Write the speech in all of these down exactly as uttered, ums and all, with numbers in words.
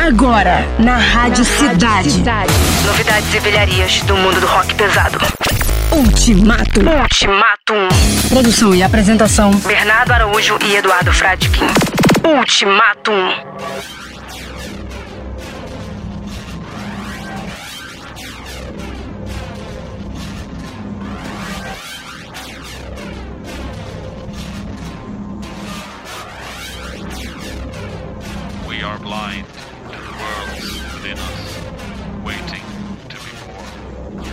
Agora, na Rádio Cidade. Cidade. Novidades e velharias do mundo do rock pesado. Ultimato. Ultimatum. Produção e apresentação: Bernardo Araújo e Eduardo Fradkin. Ultimatum. We are blind to the worlds within us, waiting to be born.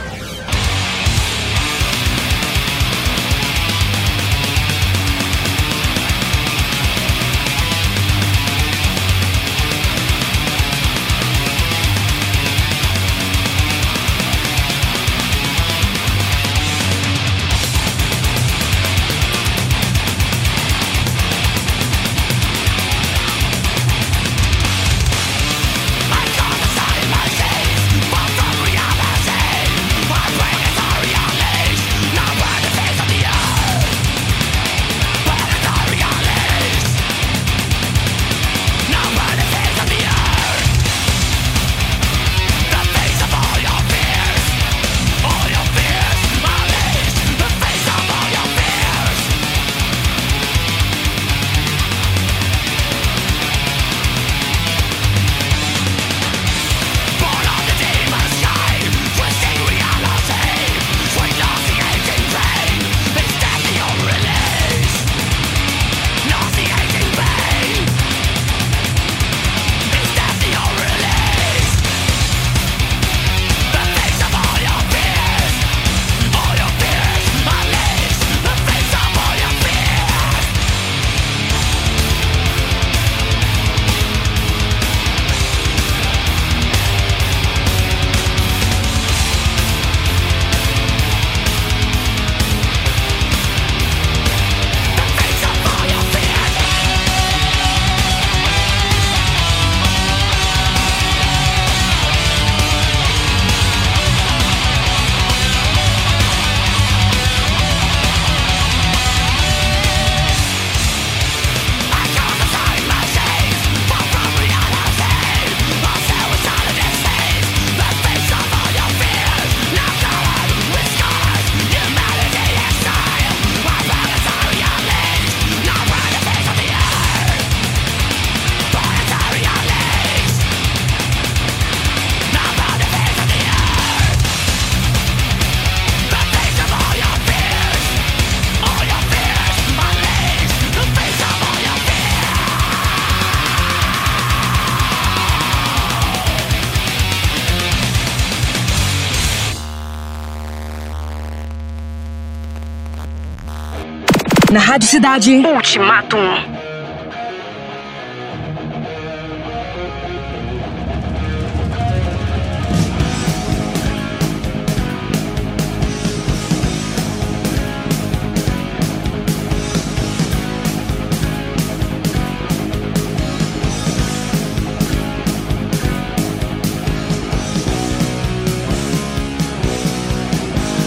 Na Rádio Cidade. Ultimatum.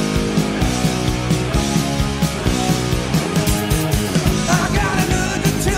I got another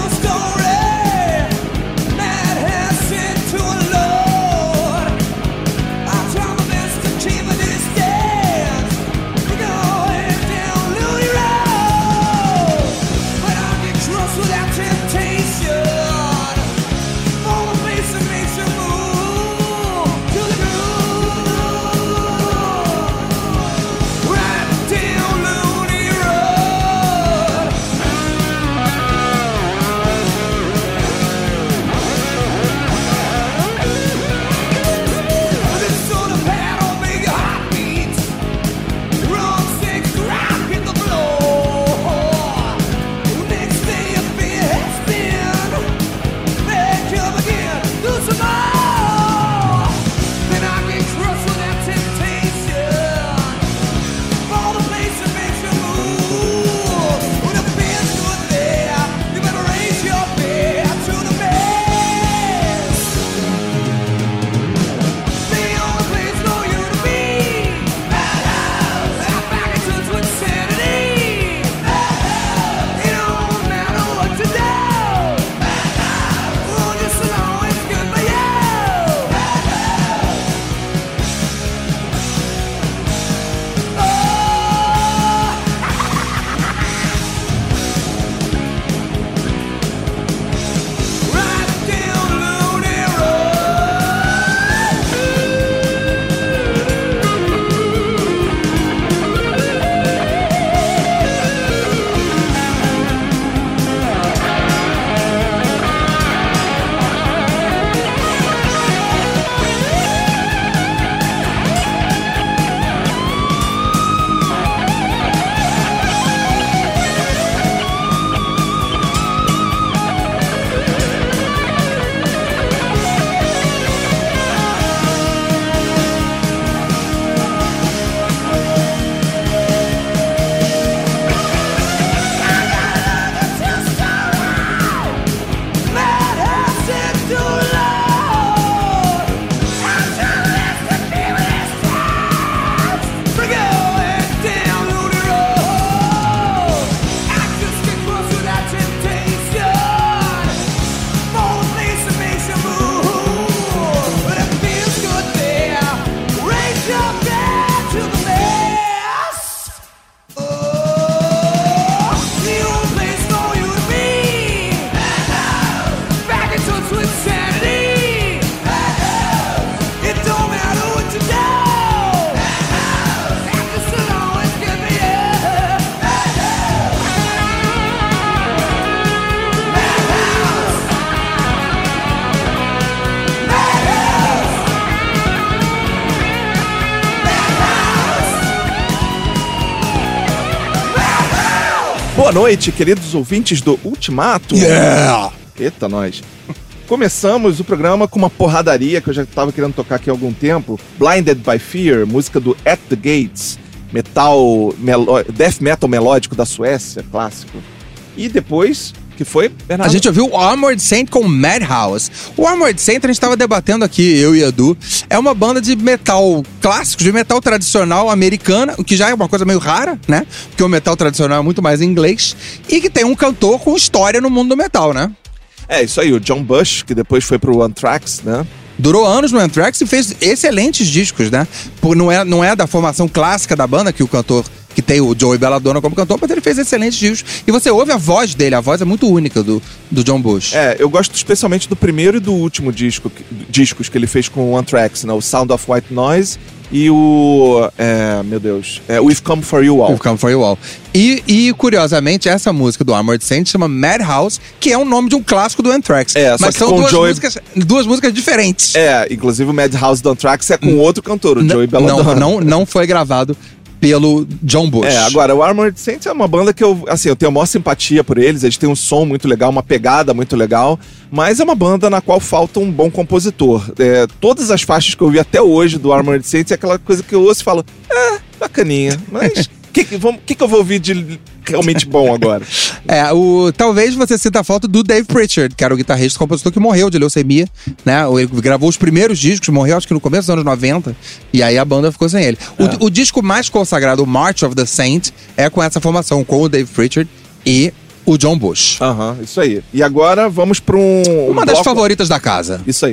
Boa noite, queridos ouvintes do Ultimato. Yeah! Eita, nós. Começamos o programa com uma porradaria que eu já estava querendo tocar aqui há algum tempo. Blinded by Fear, música do At The Gates, metal, melo- death metal melódico da Suécia, clássico. E depois, que foi, Bernardo? A gente ouviu o Armored Saint com Madhouse. O Armored Saint, a gente estava debatendo aqui, eu e Edu, é uma banda de metal clássico, de metal tradicional americana, o que já é uma coisa meio rara, né? Porque o metal tradicional é muito mais em inglês, e que tem um cantor com história no mundo do metal, né? É, isso aí, o John Bush, que depois foi pro Anthrax, né? Durou anos no Anthrax e fez excelentes discos, né? Por, não, é, não é da formação clássica da banda que o cantor, que tem o Joey Belladonna como cantor, mas ele fez excelentes discos. E você ouve a voz dele, a voz é muito única do, do John Bush. É, eu gosto especialmente do primeiro e do último disco, discos que ele fez com o Anthrax, né? O Sound of White Noise e o... É, meu Deus... É, We've Come For You All. We've Come For You All. E, e, curiosamente, essa música do Armored Saint chama Madhouse, que é o nome de um clássico do Anthrax. É, só mas que são com duas, Joey... músicas, duas músicas diferentes. É, inclusive o Madhouse do Anthrax é com outro cantor, o N- Joey Belladonna. Não, não, não foi gravado pelo John Bush. É, agora, o Armored Saint é uma banda que eu, assim, eu tenho a maior simpatia por eles, eles têm um som muito legal, uma pegada muito legal, mas é uma banda na qual falta um bom compositor. É, todas as faixas que eu vi até hoje do Armored Saint é aquela coisa que eu ouço e falo, é, bacaninha, mas o que, que, que, que eu vou ouvir de realmente bom agora? É, o, talvez você sinta a falta do Dave Pritchard, que era o guitarrista e compositor que morreu de leucemia, né? Ele gravou os primeiros discos, morreu acho que no começo dos anos noventa, e aí a banda ficou sem ele. O, É. o disco mais consagrado, o March of the Saint, é com essa formação, com o Dave Pritchard e o John Bush. Aham, isso aí. E agora vamos para um... Uma um das bloco- favoritas da casa. Isso aí.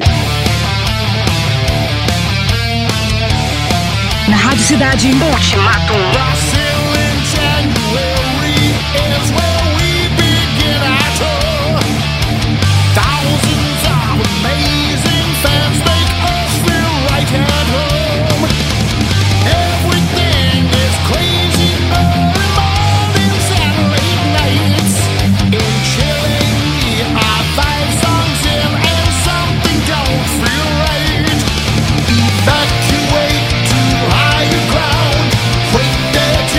Na Rádio Cidade. Ultimatum. Evacuate to higher ground. Wait there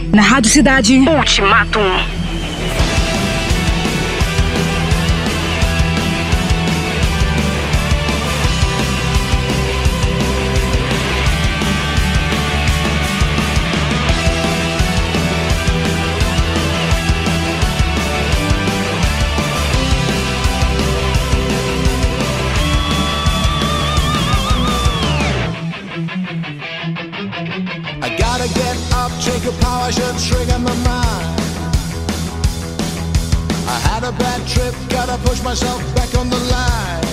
Na Rádio Cidade. Ultimatum. Take a power should trigger my mind. I had a bad trip, gotta push myself back on the line.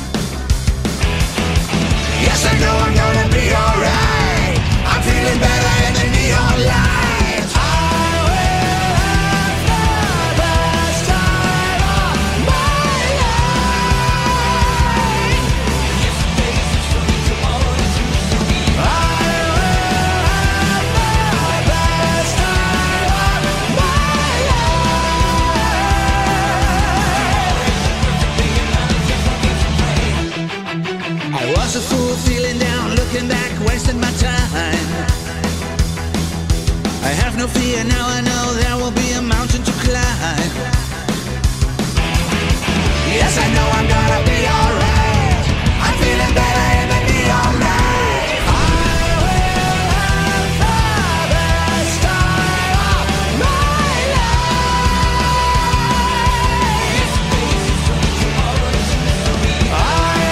Yes, I know I'm gonna be alright. I'm feeling better in the neon lights. I will have the best time of my life. Yesterday's history, tomorrow's history. I was a fool feeling down, looking back, wasting my time. I have no fear, now I know there will be a mountain to climb. Yes, I know I'm gonna be alright. I'm feeling better in the neon light. I will have the best time of my life. I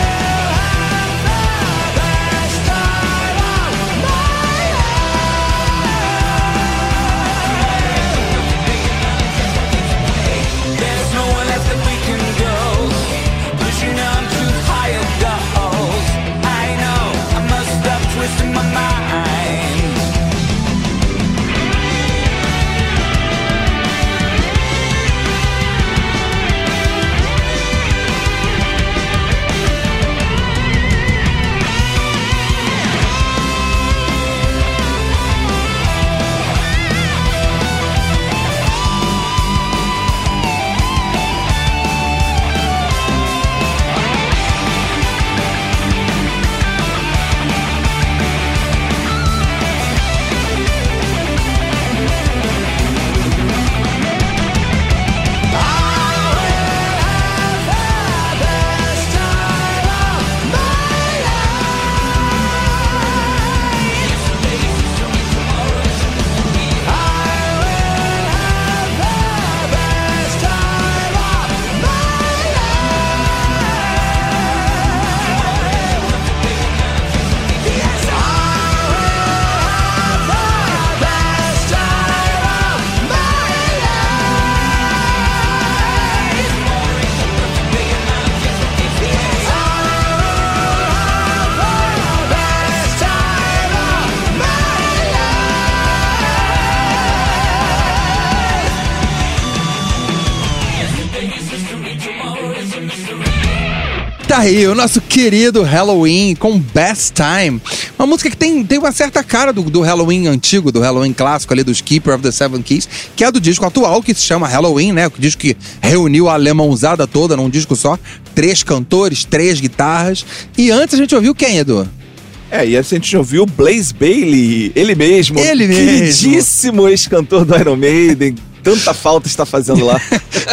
Tá aí, o nosso querido Halloween com Best Time. Uma música que tem, tem uma certa cara do, do Halloween antigo, do Halloween clássico ali, dos Keeper of the Seven Keys, que é do disco atual, que se chama Halloween, né? O disco que reuniu a alemãozada toda num disco só. Três cantores, três guitarras. E antes a gente ouviu quem, Edu? É, e antes a gente ouviu Blaze Bayley, ele mesmo. Ele mesmo. Queridíssimo ex-cantor do Iron Maiden. Tanta falta está fazendo lá.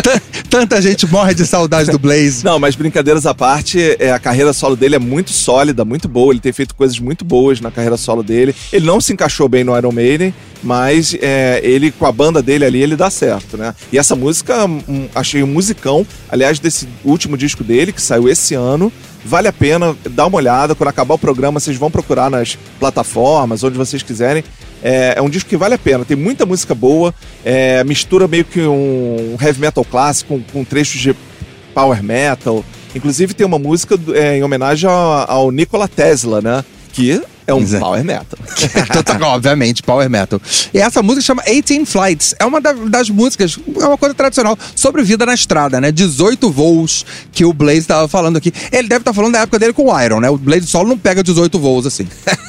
Tanta gente morre de saudade do Blaze. Não, mas brincadeiras à parte, é, a carreira solo dele é muito sólida, muito boa. Ele tem feito coisas muito boas na carreira solo dele. Ele não se encaixou bem no Iron Maiden, mas é, ele, com a banda dele ali, ele dá certo, né? E essa música, um, achei um musicão, aliás, desse último disco dele, que saiu esse ano. Vale a pena dar uma olhada. Quando acabar o programa, vocês vão procurar nas plataformas, onde vocês quiserem. É, é um disco que vale a pena. Tem muita música boa. É, mistura meio que um heavy metal clássico com, com trechos de power metal. Inclusive tem uma música é, em homenagem ao, ao Nikola Tesla, né? Que é um Exato. power metal. Obviamente, power metal. E essa música chama eighteen Flights. É uma da, das músicas, é uma coisa tradicional, sobre vida na estrada, né? dezoito voos que o Blaze estava falando aqui. Ele deve estar falando da época dele com o Iron, né? O Blaze solo não pega dezoito voos assim.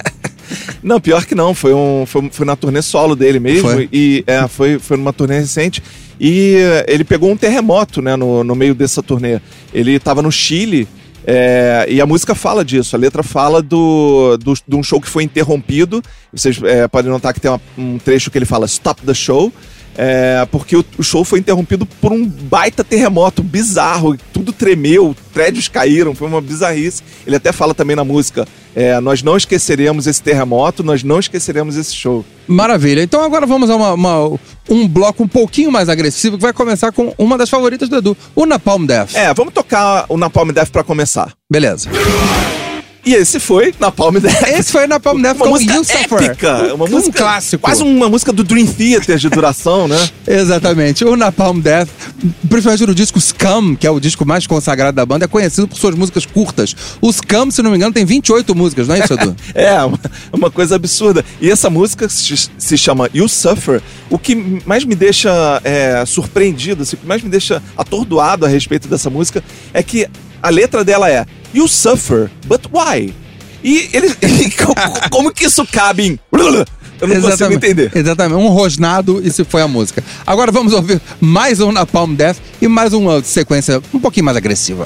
Não, pior que não. Foi, um, foi, foi na turnê solo dele mesmo. Foi? E é, foi, foi numa turnê recente. E ele pegou um terremoto, né, no, no meio dessa turnê. Ele estava no Chile É, e a música fala disso, a letra fala do, do, de um show que foi interrompido. Vocês é, podem notar que tem uma, um trecho que ele fala Stop the Show. É, porque o, o show foi interrompido por um baita terremoto bizarro, tudo tremeu, prédios caíram, foi uma bizarrice. Ele até fala também na música, é, nós não esqueceremos esse terremoto, nós não esqueceremos esse show. Maravilha. Então agora vamos a uma, uma- um bloco um pouquinho mais agressivo, que vai começar com uma das favoritas do Edu, o Napalm Death. É, vamos tocar o Napalm Death pra começar. Beleza. E esse foi Napalm Death. Esse foi Napalm Death Uma com música You Suffer. épica, uma um música clássico. quase uma música do Dream Theater de duração, né? Exatamente. O Napalm Death, principalmente no disco Scum, que é o disco mais consagrado da banda, é conhecido por suas músicas curtas. O Scum, se não me engano, tem vinte e oito músicas, não é isso, Edu? É, uma, uma coisa absurda. E essa música se, se chama You Suffer. O que mais me deixa é, surpreendido, assim, o que mais me deixa atordoado a respeito dessa música é que a letra dela é You Suffer, but why? E ele, ele- co- como que isso cabe em... Eu não consigo entender. Exatamente. Um rosnado e se foi a música. Agora vamos ouvir mais um Napalm Death e mais uma sequência um pouquinho mais agressiva.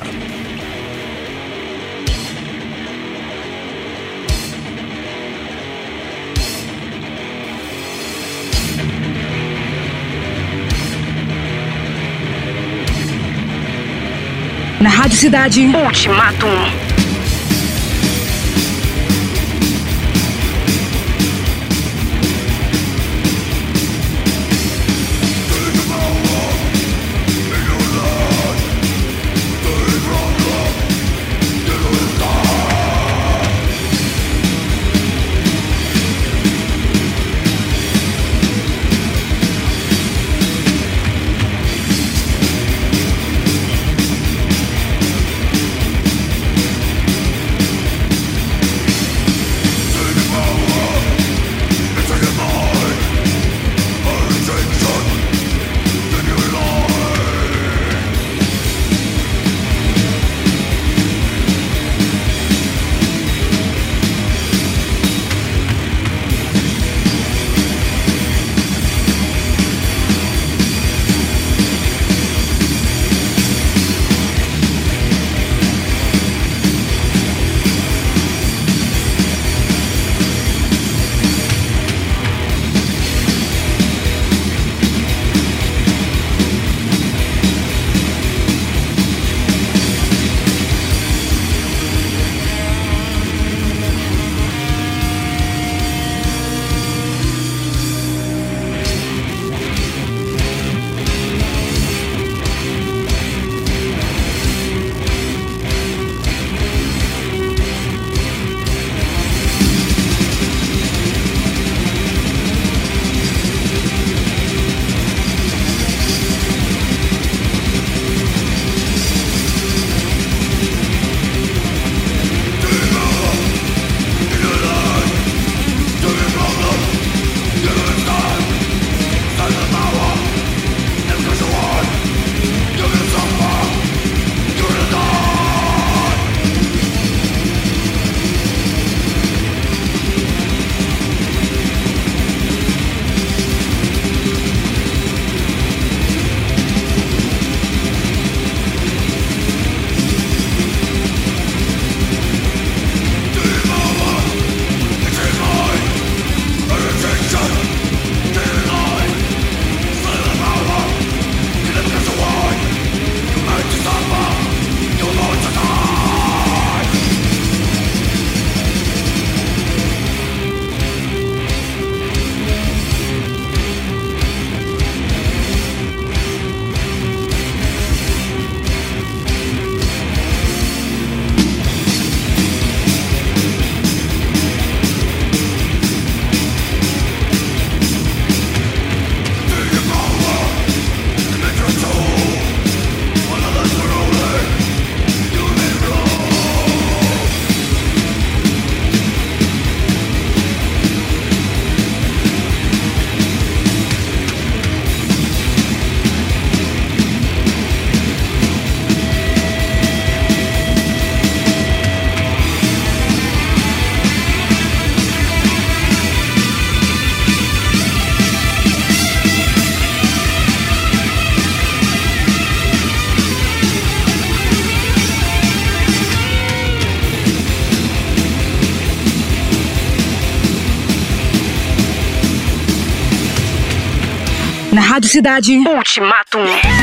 Na Rádio Cidade. Ultimatum. Na Rádio Cidade. Ultimatum.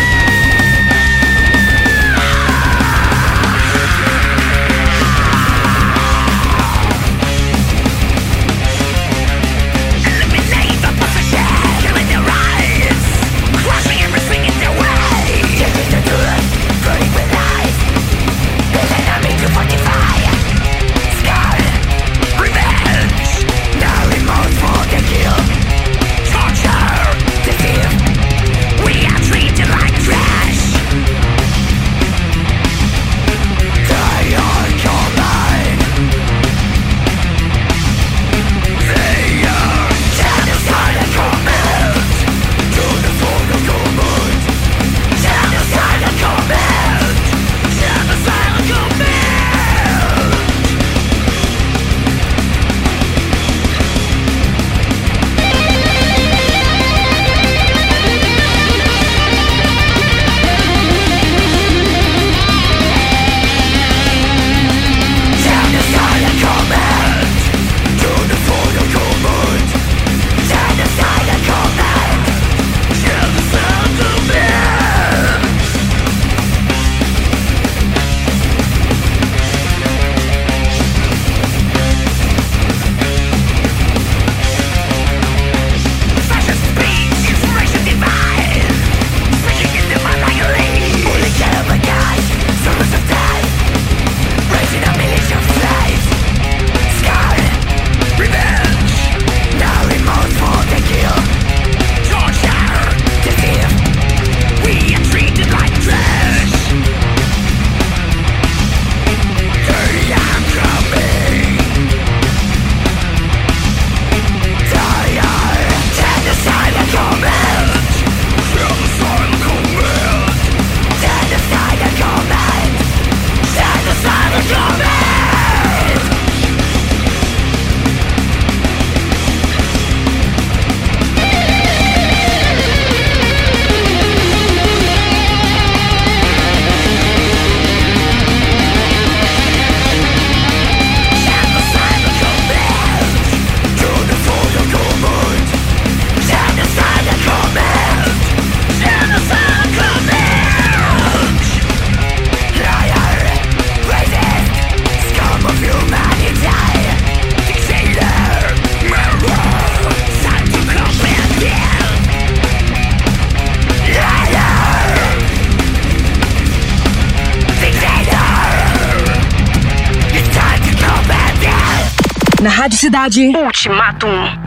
Na Rádio Cidade. Ultimatum.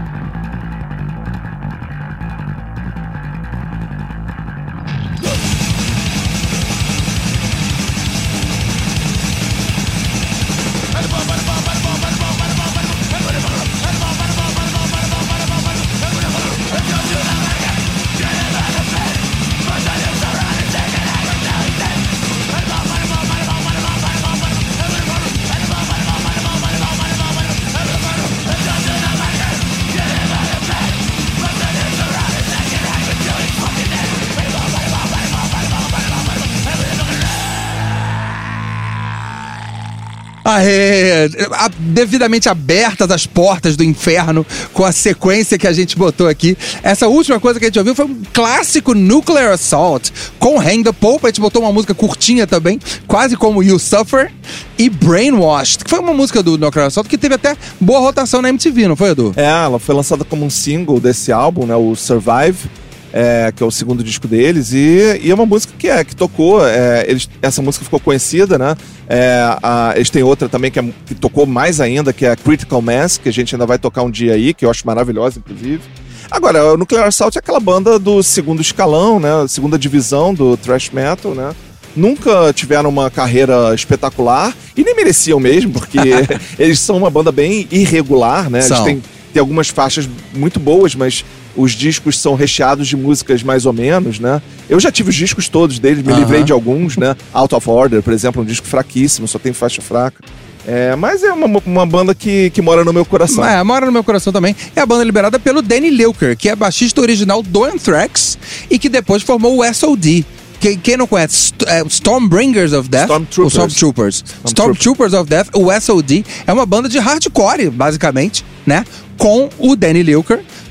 Aê, a- devidamente abertas as portas do inferno com a sequência que a gente botou aqui. Essa última coisa que a gente ouviu foi um clássico Nuclear Assault com Hang the Pope. A gente botou uma música curtinha também, quase como You Suffer, e Brainwashed, que foi uma música do Nuclear Assault que teve até boa rotação na M T V, não foi, Edu? É, ela foi lançada como um single desse álbum, né? O Survive. É, que é o segundo disco deles, e, e é uma música que, é, que tocou, é, eles, essa música ficou conhecida, né? É, a, eles têm outra também que, é, que tocou mais ainda, que é a Critical Mass, que a gente ainda vai tocar um dia aí, que eu acho maravilhosa, inclusive. Agora, o Nuclear Assault é aquela banda do segundo escalão, né? Segunda divisão do thrash metal, né? Nunca tiveram uma carreira espetacular, e nem mereciam mesmo, porque eles são uma banda bem irregular, né? Eles São. têm, têm algumas faixas muito boas, mas os discos são recheados de músicas mais ou menos, né? Eu já tive os discos todos deles, me Aham. livrei de alguns, né? Out of Order, por exemplo, um disco fraquíssimo, só tem faixa fraca. É, mas é uma, uma banda que, que mora no meu coração. É, mora no meu coração também. É a banda liberada pelo Danny Lilker, que é baixista original do Anthrax e que depois formou o S O D. Quem, quem não conhece? St- é, Stormbringers of Death. Stormtroopers. Ou Stormtroopers. Stormtroopers of Death, o S O D, é uma banda de hardcore, basicamente, né? Com o Danny Lilker.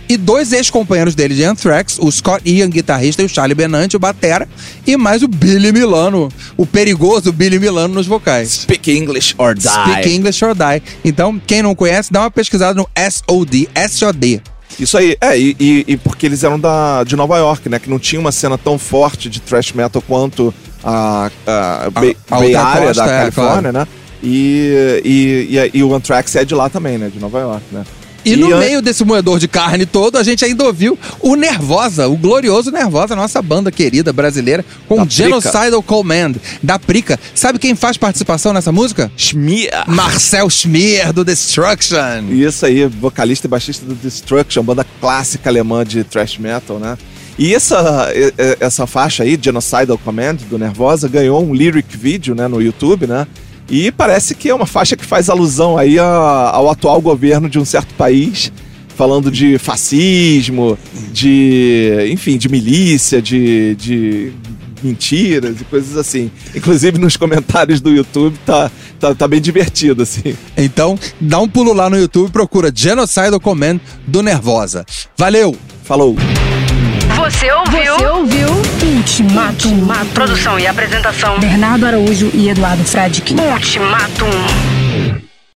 e dois ex-companheiros dele de Anthrax, o Scott Ian, guitarrista, e o Charlie Benante, o batera, e mais o Billy Milano, o perigoso Billy Milano nos vocais. Speak English or die. Speak English or Die. Então, quem não conhece, dá uma pesquisada no S O D, S O D. Isso aí, é, e, e, e porque eles eram da, de Nova York, né? Que não tinha uma cena tão forte de thrash metal quanto a, a, Bay, a Bay outra Area costa, da é, Califórnia, né? E, e, e, e o Anthrax é de lá também, né? De Nova York, né? E, E no an- meio desse moedor de carne todo, a gente ainda ouviu o Nervosa, o glorioso Nervosa, nossa banda querida brasileira, com Da Genocidal Command, da Prica. Sabe quem faz participação nessa música? Schmier. Marcel Schmier, do Destruction. Isso aí, vocalista e baixista do Destruction, banda clássica alemã de thrash metal, né? E essa, e- e- essa faixa aí, Genocidal Command, do Nervosa, ganhou um lyric video, né, no YouTube, né? E parece que é uma faixa que faz alusão aí a- ao atual governo de um certo país, falando de fascismo, de, enfim, de milícia, de, de mentiras e coisas assim. Inclusive nos comentários do YouTube tá, tá, tá bem divertido, assim. Então, dá um pulo lá no YouTube e procura Genocidal Command do Nervosa. Valeu! Falou! Você ouviu? Você ouviu Ultimato. Ultimato. Produção e apresentação. Bernardo Araújo e Eduardo Fradkin. Ultimatum.